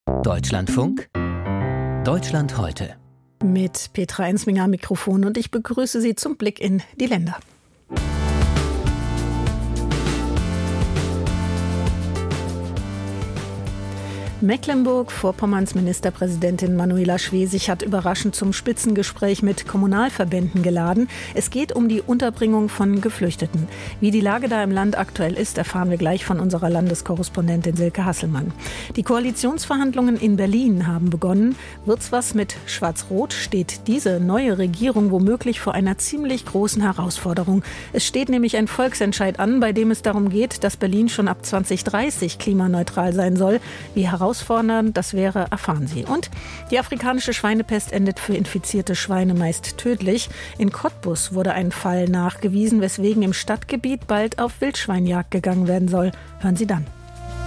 Deutschlandfunk, Deutschland heute. Mit Petra Ensminger am Mikrofon und ich begrüße Sie zum Blick in die Länder. Mecklenburg-Vorpommerns Ministerpräsidentin Manuela Schwesig hat überraschend zum Spitzengespräch mit Kommunalverbänden geladen. Es geht um die Unterbringung von Geflüchteten. Wie die Lage da im Land aktuell ist, erfahren wir gleich von unserer Landeskorrespondentin Silke Hasselmann. Die Koalitionsverhandlungen in Berlin haben begonnen. Wird's was mit Schwarz-Rot? Steht diese neue Regierung womöglich vor einer ziemlich großen Herausforderung. Es steht nämlich ein Volksentscheid an, bei dem es darum geht, dass Berlin schon ab 2030 klimaneutral sein soll. Wie herausfordernd das wäre, erfahren Sie. Und die afrikanische Schweinepest endet für infizierte Schweine meist tödlich. In Cottbus wurde ein Fall nachgewiesen, weswegen im Stadtgebiet bald auf Wildschweinjagd gegangen werden soll. Hören Sie dann.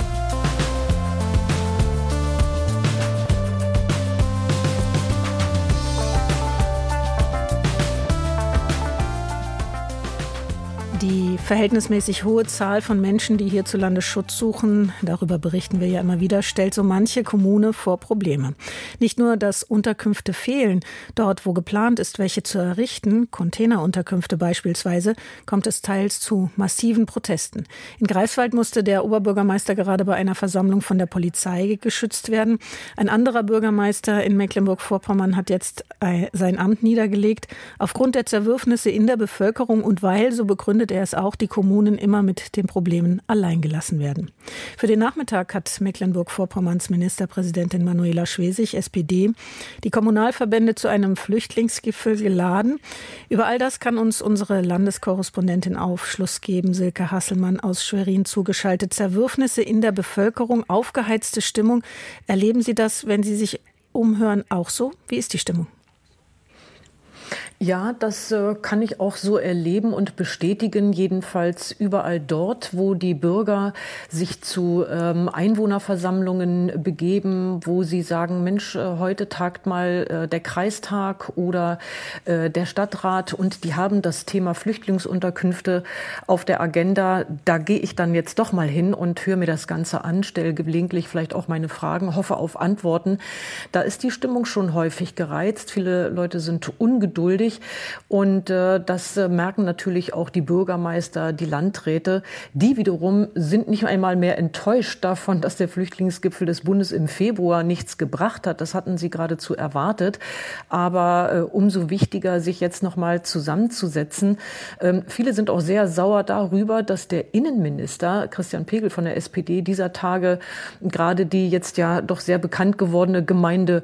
Die verhältnismäßig hohe Zahl von Menschen, die hierzulande Schutz suchen, darüber berichten wir ja immer wieder, stellt so manche Kommune vor Probleme. Nicht nur, dass Unterkünfte fehlen, dort wo geplant ist, welche zu errichten, Containerunterkünfte beispielsweise, kommt es teils zu massiven Protesten. In Greifswald musste der Oberbürgermeister gerade bei einer Versammlung von der Polizei geschützt werden. Ein anderer Bürgermeister in Mecklenburg-Vorpommern hat jetzt sein Amt niedergelegt, aufgrund der Zerwürfnisse in der Bevölkerung und weil, so begründet er es auch, die Kommunen immer mit den Problemen allein gelassen werden. Für den Nachmittag hat Mecklenburg-Vorpommerns Ministerpräsidentin Manuela Schwesig, SPD, die Kommunalverbände zu einem Flüchtlingsgipfel geladen. Über all das kann uns unsere Landeskorrespondentin Aufschluss geben, Silke Hasselmann aus Schwerin zugeschaltet. Zerwürfnisse in der Bevölkerung, aufgeheizte Stimmung. Erleben Sie das, wenn Sie sich umhören, auch so? Wie ist die Stimmung? Ja, das kann ich auch so erleben und bestätigen, jedenfalls überall dort, wo die Bürger sich zu Einwohnerversammlungen begeben, wo sie sagen, Mensch, heute tagt mal der Kreistag oder der Stadtrat und die haben das Thema Flüchtlingsunterkünfte auf der Agenda. Da gehe ich dann jetzt doch mal hin und höre mir das Ganze an, stelle gelegentlich vielleicht auch meine Fragen, hoffe auf Antworten. Da ist die Stimmung schon häufig gereizt. Viele Leute sind ungeduldig. Und das merken natürlich auch die Bürgermeister, die Landräte. Die wiederum sind nicht einmal mehr enttäuscht davon, dass der Flüchtlingsgipfel des Bundes im Februar nichts gebracht hat. Das hatten sie geradezu erwartet. Aber umso wichtiger, sich jetzt noch mal zusammenzusetzen. Viele sind auch sehr sauer darüber, dass der Innenminister Christian Pegel von der SPD dieser Tage gerade die jetzt ja doch sehr bekannt gewordene Gemeinde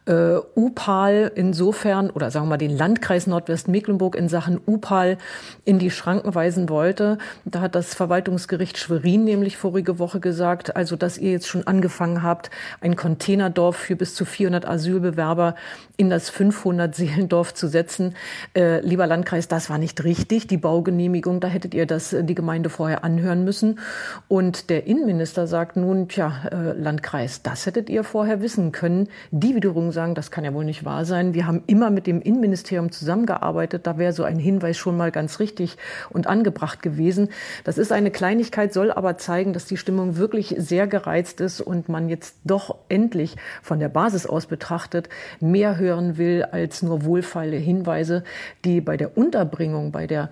Upal insofern, oder sagen wir mal den Landkreis Nordwestmecklenburg in Sachen Upal in die Schranken weisen wollte. Da hat das Verwaltungsgericht Schwerin nämlich vorige Woche gesagt, also dass ihr jetzt schon angefangen habt, ein Containerdorf für bis zu 400 Asylbewerber in das 500-Seelendorf zu setzen. Lieber Landkreis, das war nicht richtig, die Baugenehmigung, da hättet ihr die Gemeinde vorher anhören müssen. Und der Innenminister sagt nun, Landkreis, das hättet ihr vorher wissen können. Die wiederum sagen, das kann ja wohl nicht wahr sein. Wir haben immer mit dem Innenministerium zusammengearbeitet. Da wäre so ein Hinweis schon mal ganz richtig und angebracht gewesen. Das ist eine Kleinigkeit, soll aber zeigen, dass die Stimmung wirklich sehr gereizt ist und man jetzt doch endlich von der Basis aus betrachtet mehr hören will als nur wohlfeile Hinweise, die bei der Unterbringung, bei der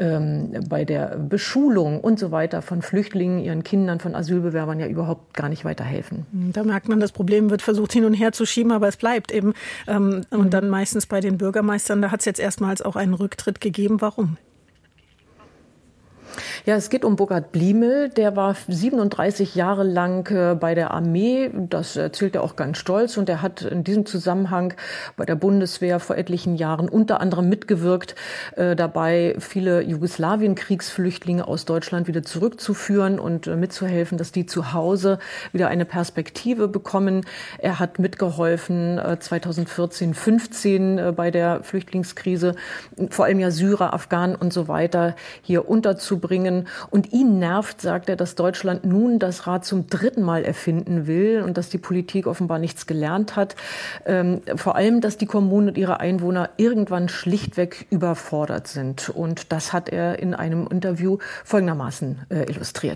Beschulung und so weiter von Flüchtlingen, ihren Kindern, von Asylbewerbern ja überhaupt gar nicht weiterhelfen. Da merkt man, das Problem wird versucht hin und her zu schieben, aber es bleibt eben. Und dann meistens bei den Bürgermeistern, da hat es jetzt erstmals auch einen Rücktritt gegeben. Warum? Ja, es geht um Burkhard Bliemel. Der war 37 Jahre lang bei der Armee. Das erzählt er auch ganz stolz. Und er hat in diesem Zusammenhang bei der Bundeswehr vor etlichen Jahren unter anderem mitgewirkt, dabei viele Jugoslawien-Kriegsflüchtlinge aus Deutschland wieder zurückzuführen und mitzuhelfen, dass die zu Hause wieder eine Perspektive bekommen. Er hat mitgeholfen 2014, 15 bei der Flüchtlingskrise, vor allem ja Syrer, Afghanen und so weiter hier unterzubringen. Und ihn nervt, sagt er, dass Deutschland nun das Rad zum dritten Mal erfinden will und dass die Politik offenbar nichts gelernt hat. Vor allem, dass die Kommunen und ihre Einwohner irgendwann schlichtweg überfordert sind. Und das hat er in einem Interview folgendermaßen illustriert.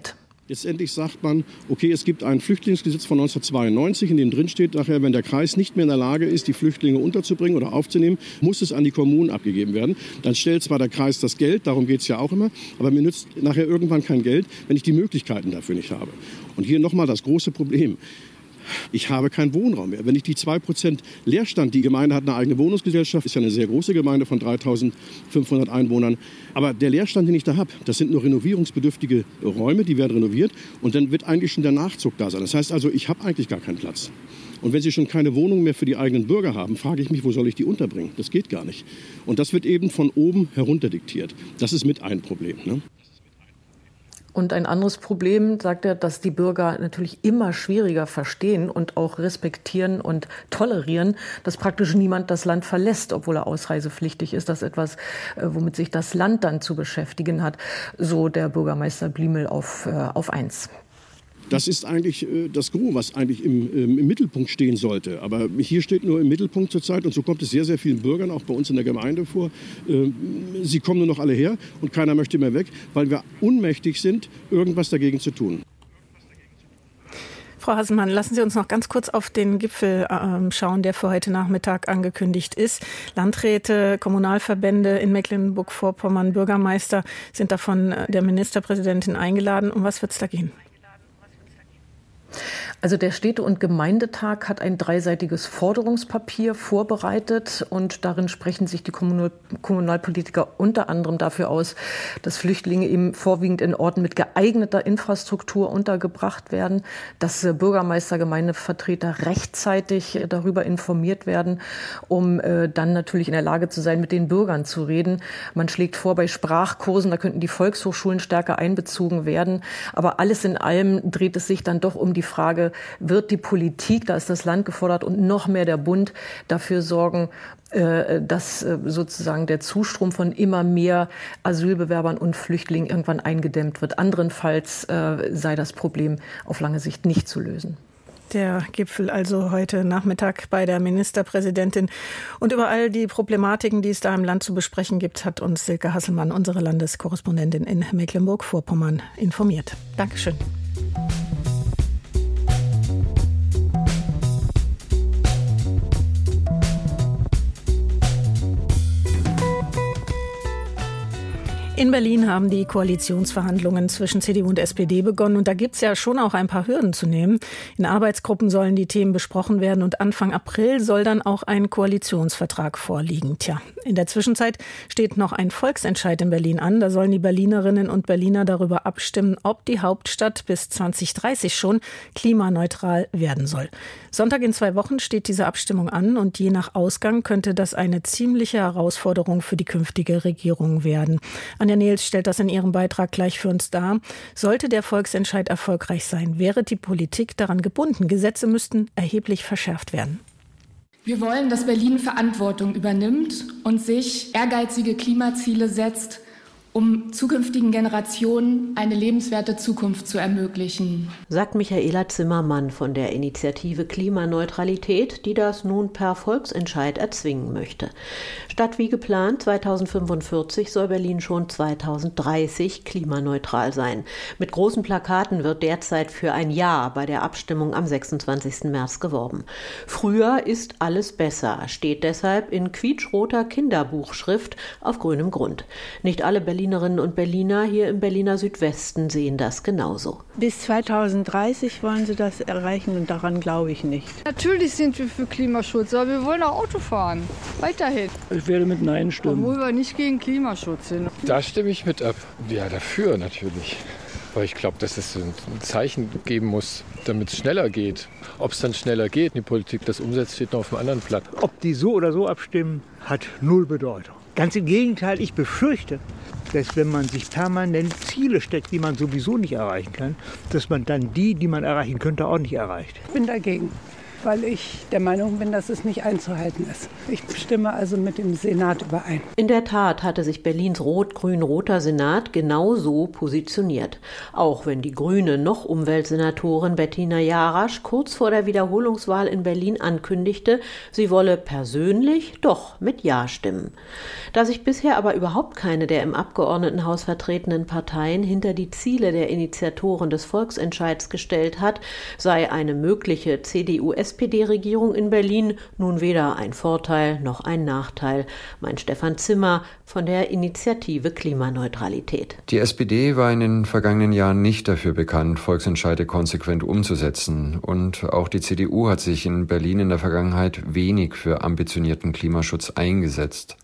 Letztendlich sagt man, okay, es gibt ein Flüchtlingsgesetz von 1992, in dem drin steht, nachher, wenn der Kreis nicht mehr in der Lage ist, die Flüchtlinge unterzubringen oder aufzunehmen, muss es an die Kommunen abgegeben werden. Dann stellt zwar der Kreis das Geld, darum geht es ja auch immer, aber mir nützt nachher irgendwann kein Geld, wenn ich die Möglichkeiten dafür nicht habe. Und hier nochmal das große Problem. Ich habe keinen Wohnraum mehr. Wenn ich die 2% Leerstand, die Gemeinde hat eine eigene Wohnungsgesellschaft, ist ja eine sehr große Gemeinde von 3.500 Einwohnern. Aber der Leerstand, den ich da habe, das sind nur renovierungsbedürftige Räume, die werden renoviert. Und dann wird eigentlich schon der Nachzug da sein. Das heißt also, ich habe eigentlich gar keinen Platz. Und wenn Sie schon keine Wohnung mehr für die eigenen Bürger haben, frage ich mich, wo soll ich die unterbringen? Das geht gar nicht. Und das wird eben von oben herunter diktiert. Das ist mit ein Problem, ne? Und ein anderes Problem, sagt er, dass die Bürger natürlich immer schwieriger verstehen und auch respektieren und tolerieren, dass praktisch niemand das Land verlässt, obwohl er ausreisepflichtig ist. Das ist etwas, womit sich das Land dann zu beschäftigen hat, so der Bürgermeister Bliemel auf 1. Das ist eigentlich das Gros, was eigentlich im Mittelpunkt stehen sollte. Aber hier steht nur im Mittelpunkt zurzeit, und so kommt es sehr, sehr vielen Bürgern, auch bei uns in der Gemeinde vor. Sie kommen nur noch alle her und keiner möchte mehr weg, weil wir unmächtig sind, irgendwas dagegen zu tun. Frau Hasselmann, lassen Sie uns noch ganz kurz auf den Gipfel schauen, der für heute Nachmittag angekündigt ist. Landräte, Kommunalverbände in Mecklenburg-Vorpommern, Bürgermeister sind davon der Ministerpräsidentin eingeladen. Um was wird es da gehen? Also der Städte- und Gemeindetag hat ein dreiseitiges Forderungspapier vorbereitet und darin sprechen sich die Kommunalpolitiker unter anderem dafür aus, dass Flüchtlinge eben vorwiegend in Orten mit geeigneter Infrastruktur untergebracht werden, dass Bürgermeister, Gemeindevertreter rechtzeitig darüber informiert werden, um dann natürlich in der Lage zu sein, mit den Bürgern zu reden. Man schlägt vor, bei Sprachkursen, da könnten die Volkshochschulen stärker einbezogen werden. Aber alles in allem dreht es sich dann doch um die Frage, wird die Politik, da ist das Land gefordert und noch mehr der Bund, dafür sorgen, dass sozusagen der Zustrom von immer mehr Asylbewerbern und Flüchtlingen irgendwann eingedämmt wird. Anderenfalls sei das Problem auf lange Sicht nicht zu lösen. Der Gipfel also heute Nachmittag bei der Ministerpräsidentin. Und über all die Problematiken, die es da im Land zu besprechen gibt, hat uns Silke Hasselmann, unsere Landeskorrespondentin in Mecklenburg-Vorpommern, informiert. Dankeschön. In Berlin haben die Koalitionsverhandlungen zwischen CDU und SPD begonnen. Und da gibt es ja schon auch ein paar Hürden zu nehmen. In Arbeitsgruppen sollen die Themen besprochen werden. Und Anfang April soll dann auch ein Koalitionsvertrag vorliegen. Tja, in der Zwischenzeit steht noch ein Volksentscheid in Berlin an. Da sollen die Berlinerinnen und Berliner darüber abstimmen, ob die Hauptstadt bis 2030 schon klimaneutral werden soll. Sonntag in 2 Wochen steht diese Abstimmung an. Und je nach Ausgang könnte das eine ziemliche Herausforderung für die künftige Regierung werden. Anja Nehls stellt das in ihrem Beitrag gleich für uns dar. Sollte der Volksentscheid erfolgreich sein, wäre die Politik daran gebunden. Gesetze müssten erheblich verschärft werden. Wir wollen, dass Berlin Verantwortung übernimmt und sich ehrgeizige Klimaziele setzt, um zukünftigen Generationen eine lebenswerte Zukunft zu ermöglichen, sagt Michaela Zimmermann von der Initiative Klimaneutralität, die das nun per Volksentscheid erzwingen möchte. Statt wie geplant 2045 soll Berlin schon 2030 klimaneutral sein. Mit großen Plakaten wird derzeit für ein Ja bei der Abstimmung am 26. März geworben. Früher ist alles besser, steht deshalb in quietschroter Kinderbuchschrift auf grünem Grund. Nicht alle Berlinerinnen und Berliner hier im Berliner Südwesten sehen das genauso. Bis 2030 wollen sie das erreichen und daran glaube ich nicht. Natürlich sind wir für Klimaschutz, aber wir wollen auch Auto fahren. Weiterhin. Ich werde mit Nein stimmen. Obwohl wir nicht gegen Klimaschutz sind. Da stimme ich mit ab. Ja, dafür natürlich. Aber ich glaube, dass es ein Zeichen geben muss, damit es schneller geht. Ob es dann schneller geht, die Politik das umsetzt, steht noch auf einem anderen Blatt. Ob die so oder so abstimmen, hat null Bedeutung. Ganz im Gegenteil, ich befürchte, dass wenn man sich permanent Ziele steckt, die man sowieso nicht erreichen kann, dass man dann die man erreichen könnte, auch nicht erreicht. Ich bin dagegen. weil ich der Meinung bin, dass es nicht einzuhalten ist. Ich stimme also mit dem Senat überein. In der Tat hatte sich Berlins rot-grün-roter Senat genau so positioniert. Auch wenn die grüne noch Umweltsenatorin Bettina Jarasch kurz vor der Wiederholungswahl in Berlin ankündigte, sie wolle persönlich doch mit Ja stimmen. Da sich bisher aber überhaupt keine der im Abgeordnetenhaus vertretenen Parteien hinter die Ziele der Initiatoren des Volksentscheids gestellt hat, sei eine mögliche CDU-SPD-Regierung in Berlin nun weder ein Vorteil noch ein Nachteil, meint Stefan Zimmer von der Initiative Klimaneutralität. Die SPD war in den vergangenen Jahren nicht dafür bekannt, Volksentscheide konsequent umzusetzen. Und auch die CDU hat sich in Berlin in der Vergangenheit wenig für ambitionierten Klimaschutz eingesetzt.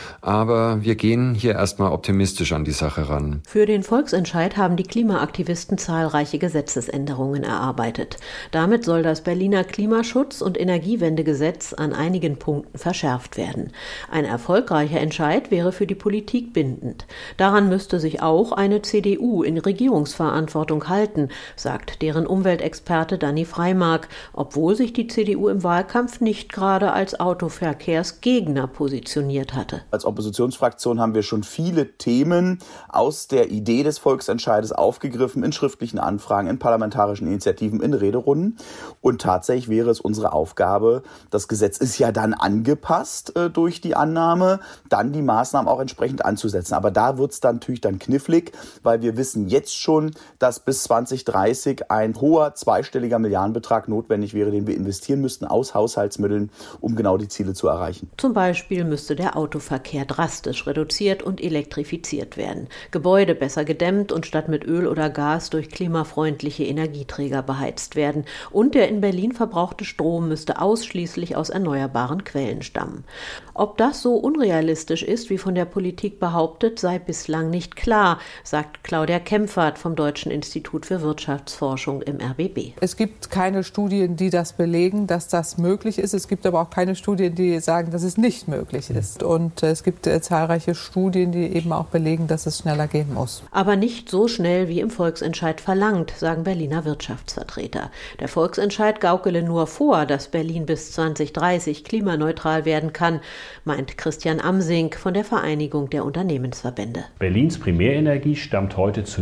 Aber wir gehen hier erstmal optimistisch an die Sache ran. Für den Volksentscheid haben die Klimaaktivisten zahlreiche Gesetzesänderungen erarbeitet. Damit soll das Berliner Klimaschutz- und Energiewendegesetz an einigen Punkten verschärft werden. Ein erfolgreicher Entscheid wäre für die Politik bindend. Daran müsste sich auch eine CDU in Regierungsverantwortung halten, sagt deren Umweltexperte Dani Freimark, obwohl sich die CDU im Wahlkampf nicht gerade als Autoverkehrsgegner positioniert hatte. Als Oppositionsfraktion haben wir schon viele Themen aus der Idee des Volksentscheides aufgegriffen, in schriftlichen Anfragen, in parlamentarischen Initiativen, in Rederunden. Und tatsächlich wäre es unsere Aufgabe, das Gesetz ist ja dann angepasst durch die Annahme, dann die Maßnahmen auch entsprechend anzusetzen. Aber da wird es dann natürlich knifflig, weil wir wissen jetzt schon, dass bis 2030 ein hoher zweistelliger Milliardenbetrag notwendig wäre, den wir investieren müssten aus Haushaltsmitteln, um genau die Ziele zu erreichen. Zum Beispiel müsste der Autoverkehr drastisch reduziert und elektrifiziert werden. Gebäude besser gedämmt und statt mit Öl oder Gas durch klimafreundliche Energieträger beheizt werden. Und der in Berlin verbrauchte Strom müsste ausschließlich aus erneuerbaren Quellen stammen. Ob das so unrealistisch ist, wie von der Politik behauptet, sei bislang nicht klar, sagt Claudia Kempfert vom Deutschen Institut für Wirtschaftsforschung im RBB. Es gibt keine Studien, die das belegen, dass das möglich ist. Es gibt aber auch keine Studien, die sagen, dass es nicht möglich ist. Und es gibt zahlreiche Studien, die eben auch belegen, dass es schneller gehen muss. Aber nicht so schnell, wie im Volksentscheid verlangt, sagen Berliner Wirtschaftsvertreter. Der Volksentscheid gaukele nur vor, dass Berlin bis 2030 klimaneutral werden kann, meint Christian Amsing von der Vereinigung der Unternehmensverbände. Berlins Primärenergie stammt heute zu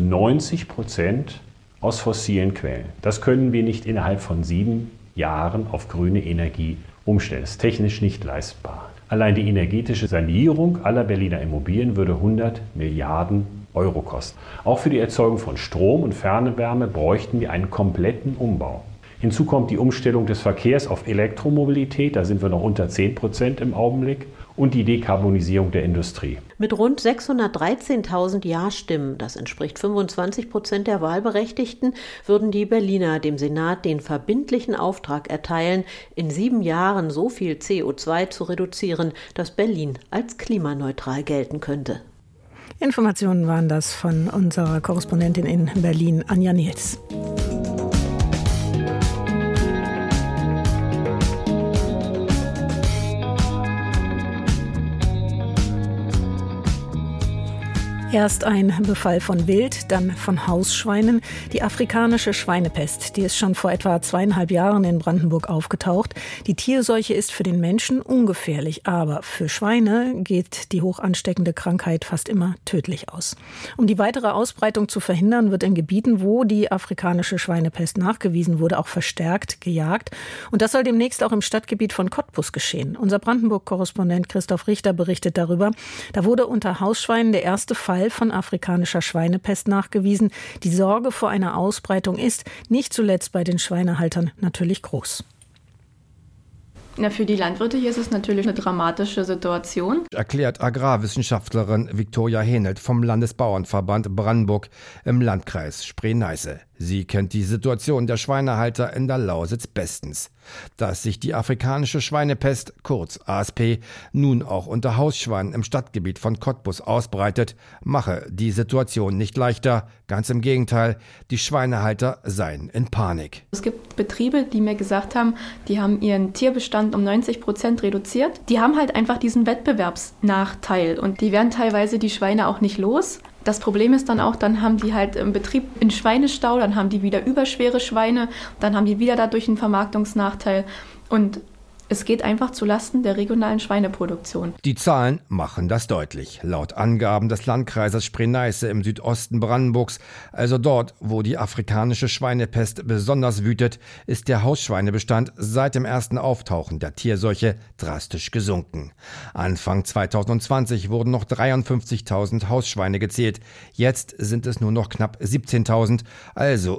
90% aus fossilen Quellen. Das können wir nicht innerhalb von 7 Jahren auf grüne Energie umstellen. Das ist technisch nicht leistbar. Allein die energetische Sanierung aller Berliner Immobilien würde 100 Milliarden Euro kosten. Auch für die Erzeugung von Strom und Fernwärme bräuchten wir einen kompletten Umbau. Hinzu kommt die Umstellung des Verkehrs auf Elektromobilität, da sind wir noch unter 10% im Augenblick, und die Dekarbonisierung der Industrie. Mit rund 613.000 Ja-Stimmen, das entspricht 25% der Wahlberechtigten, würden die Berliner dem Senat den verbindlichen Auftrag erteilen, in 7 Jahren so viel CO2 zu reduzieren, dass Berlin als klimaneutral gelten könnte. Informationen waren das von unserer Korrespondentin in Berlin, Anja Nils. Erst ein Befall von Wild, dann von Hausschweinen. Die afrikanische Schweinepest, die ist schon vor etwa 2,5 Jahren in Brandenburg aufgetaucht. Die Tierseuche ist für den Menschen ungefährlich, aber für Schweine geht die hoch ansteckende Krankheit fast immer tödlich aus. Um die weitere Ausbreitung zu verhindern, wird in Gebieten, wo die afrikanische Schweinepest nachgewiesen wurde, auch verstärkt gejagt. Und das soll demnächst auch im Stadtgebiet von Cottbus geschehen. Unser Brandenburg-Korrespondent Christoph Richter berichtet darüber. Da wurde unter Hausschweinen der erste Fall von afrikanischer Schweinepest nachgewiesen. Die Sorge vor einer Ausbreitung ist, nicht zuletzt bei den Schweinehaltern, natürlich groß. Für die Landwirte hier ist es natürlich eine dramatische Situation. Erklärt Agrarwissenschaftlerin Viktoria Henelt vom Landesbauernverband Brandenburg im Landkreis Spree-Neiße. Sie kennt die Situation der Schweinehalter in der Lausitz bestens. Dass sich die afrikanische Schweinepest, kurz ASP, nun auch unter Hausschweinen im Stadtgebiet von Cottbus ausbreitet, mache die Situation nicht leichter. Ganz im Gegenteil, die Schweinehalter seien in Panik. Es gibt Betriebe, die mir gesagt haben, die haben ihren Tierbestand um 90% reduziert. Die haben halt einfach diesen Wettbewerbsnachteil und die werden teilweise die Schweine auch nicht los. Das Problem ist dann auch, dann haben die halt im Betrieb einen Schweinestau, dann haben die wieder überschwere Schweine, dann haben die wieder dadurch einen Vermarktungsnachteil und es geht einfach zulasten der regionalen Schweineproduktion. Die Zahlen machen das deutlich. Laut Angaben des Landkreises Spree-Neiße im Südosten Brandenburgs, also dort, wo die afrikanische Schweinepest besonders wütet, ist der Hausschweinebestand seit dem ersten Auftauchen der Tierseuche drastisch gesunken. Anfang 2020 wurden noch 53.000 Hausschweine gezählt. Jetzt sind es nur noch knapp 17.000, also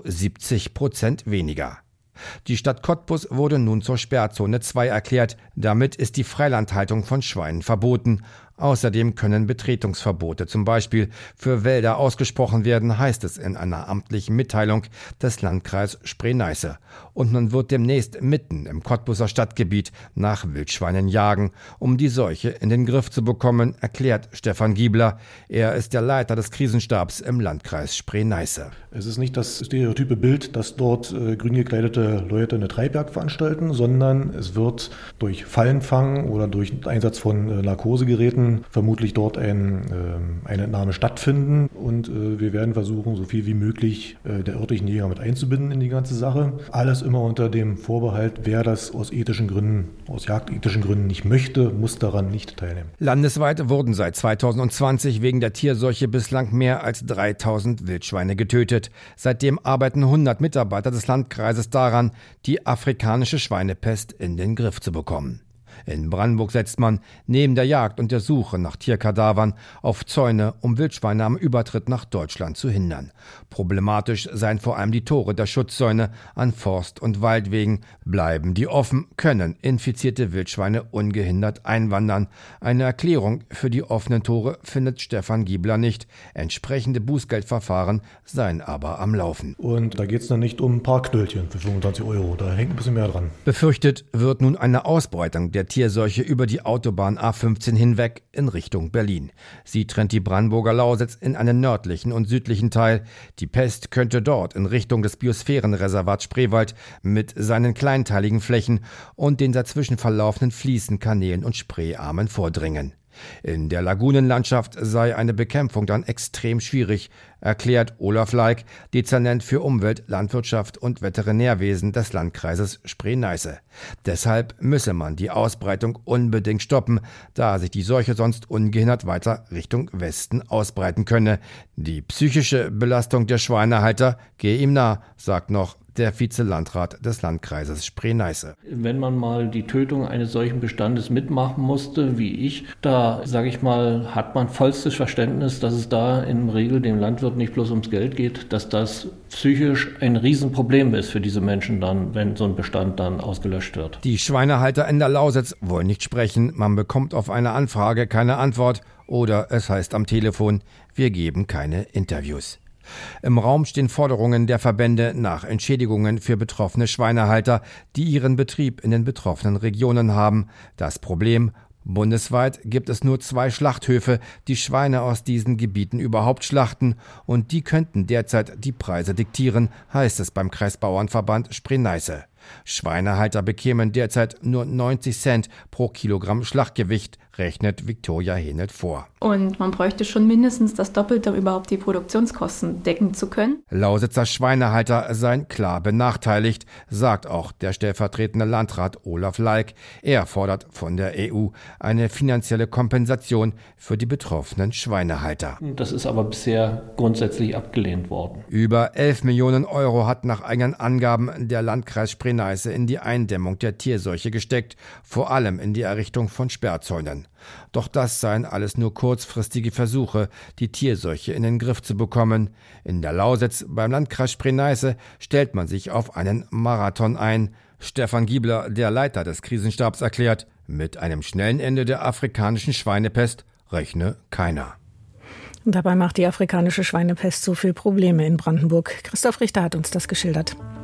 70% weniger. Die Stadt Cottbus wurde nun zur Sperrzone 2 erklärt. Damit ist die Freilandhaltung von Schweinen verboten. Außerdem können Betretungsverbote zum Beispiel für Wälder ausgesprochen werden, heißt es in einer amtlichen Mitteilung des Landkreises Spree-Neiße. Und man wird demnächst mitten im Cottbuser Stadtgebiet nach Wildschweinen jagen, um die Seuche in den Griff zu bekommen, erklärt Stefan Giebler. Er ist der Leiter des Krisenstabs im Landkreis Spree-Neiße. Es ist nicht das stereotype Bild, dass dort grün gekleidete Leute eine Treibjagd veranstalten, sondern es wird durch Fallenfang oder durch Einsatz von Narkosegeräten vermutlich dort eine Entnahme stattfinden und wir werden versuchen, so viel wie möglich der örtlichen Jäger mit einzubinden in die ganze Sache. Alles immer unter dem Vorbehalt, wer das aus ethischen Gründen, aus jagdethischen Gründen nicht möchte, muss daran nicht teilnehmen. Landesweit wurden seit 2020 wegen der Tierseuche bislang mehr als 3.000 Wildschweine getötet. Seitdem arbeiten 100 Mitarbeiter des Landkreises daran, die afrikanische Schweinepest in den Griff zu bekommen. In Brandenburg setzt man neben der Jagd und der Suche nach Tierkadavern auf Zäune, um Wildschweine am Übertritt nach Deutschland zu hindern. Problematisch seien vor allem die Tore der Schutzzäune an Forst- und Waldwegen. Bleiben die offen, können infizierte Wildschweine ungehindert einwandern. Eine Erklärung für die offenen Tore findet Stefan Giebler nicht. Entsprechende Bußgeldverfahren seien aber am Laufen. Und da geht es dann nicht um ein paar Knöllchen für 25 €, da hängt ein bisschen mehr dran. Befürchtet wird nun eine Ausbreitung der Tierseuche über die Autobahn A15 hinweg in Richtung Berlin. Sie trennt die Brandenburger Lausitz in einen nördlichen und südlichen Teil. Die Pest könnte dort in Richtung des Biosphärenreservats Spreewald mit seinen kleinteiligen Flächen und den dazwischen verlaufenden Fließen, Kanälen und Spreearmen vordringen. In der Lagunenlandschaft sei eine Bekämpfung dann extrem schwierig, erklärt Olaf Leik, Dezernent für Umwelt, Landwirtschaft und Veterinärwesen des Landkreises Spree-Neiße. Deshalb müsse man die Ausbreitung unbedingt stoppen, da sich die Seuche sonst ungehindert weiter Richtung Westen ausbreiten könne. Die psychische Belastung der Schweinehalter gehe ihm nah, sagt noch der Vizelandrat des Landkreises Spree-Neiße. Wenn man mal die Tötung eines solchen Bestandes mitmachen musste, wie ich, da, sage ich mal, hat man vollstes Verständnis, dass es da in der Regel dem Landwirt nicht bloß ums Geld geht, dass das psychisch ein Riesenproblem ist für diese Menschen dann, wenn so ein Bestand dann ausgelöscht wird. Die Schweinehalter in der Lausitz wollen nicht sprechen. Man bekommt auf eine Anfrage keine Antwort oder es heißt am Telefon, wir geben keine Interviews. Im Raum stehen Forderungen der Verbände nach Entschädigungen für betroffene Schweinehalter, die ihren Betrieb in den betroffenen Regionen haben. Das Problem: bundesweit gibt es nur 2 Schlachthöfe, die Schweine aus diesen Gebieten überhaupt schlachten, und die könnten derzeit die Preise diktieren, heißt es beim Kreisbauernverband Spree-Neiße. Schweinehalter bekämen derzeit nur 90 Cent pro Kilogramm Schlachtgewicht, rechnet Viktoria Henelt vor. Und man bräuchte schon mindestens das Doppelte, um überhaupt die Produktionskosten decken zu können. Lausitzer Schweinehalter seien klar benachteiligt, sagt auch der stellvertretende Landrat Olaf Leik. Er fordert von der EU eine finanzielle Kompensation für die betroffenen Schweinehalter. Das ist aber bisher grundsätzlich abgelehnt worden. Über 11 Millionen Euro hat nach eigenen Angaben der Landkreis Spree-Neiße in die Eindämmung der Tierseuche gesteckt, vor allem in die Errichtung von Sperrzäunen. Doch das seien alles nur kurzfristige Versuche, die Tierseuche in den Griff zu bekommen. In der Lausitz beim Landkreis Spree-Neiße stellt man sich auf einen Marathon ein. Stefan Giebler, der Leiter des Krisenstabs, erklärt, mit einem schnellen Ende der afrikanischen Schweinepest rechne keiner. Und dabei macht die afrikanische Schweinepest so viel Probleme in Brandenburg. Christoph Richter hat uns das geschildert.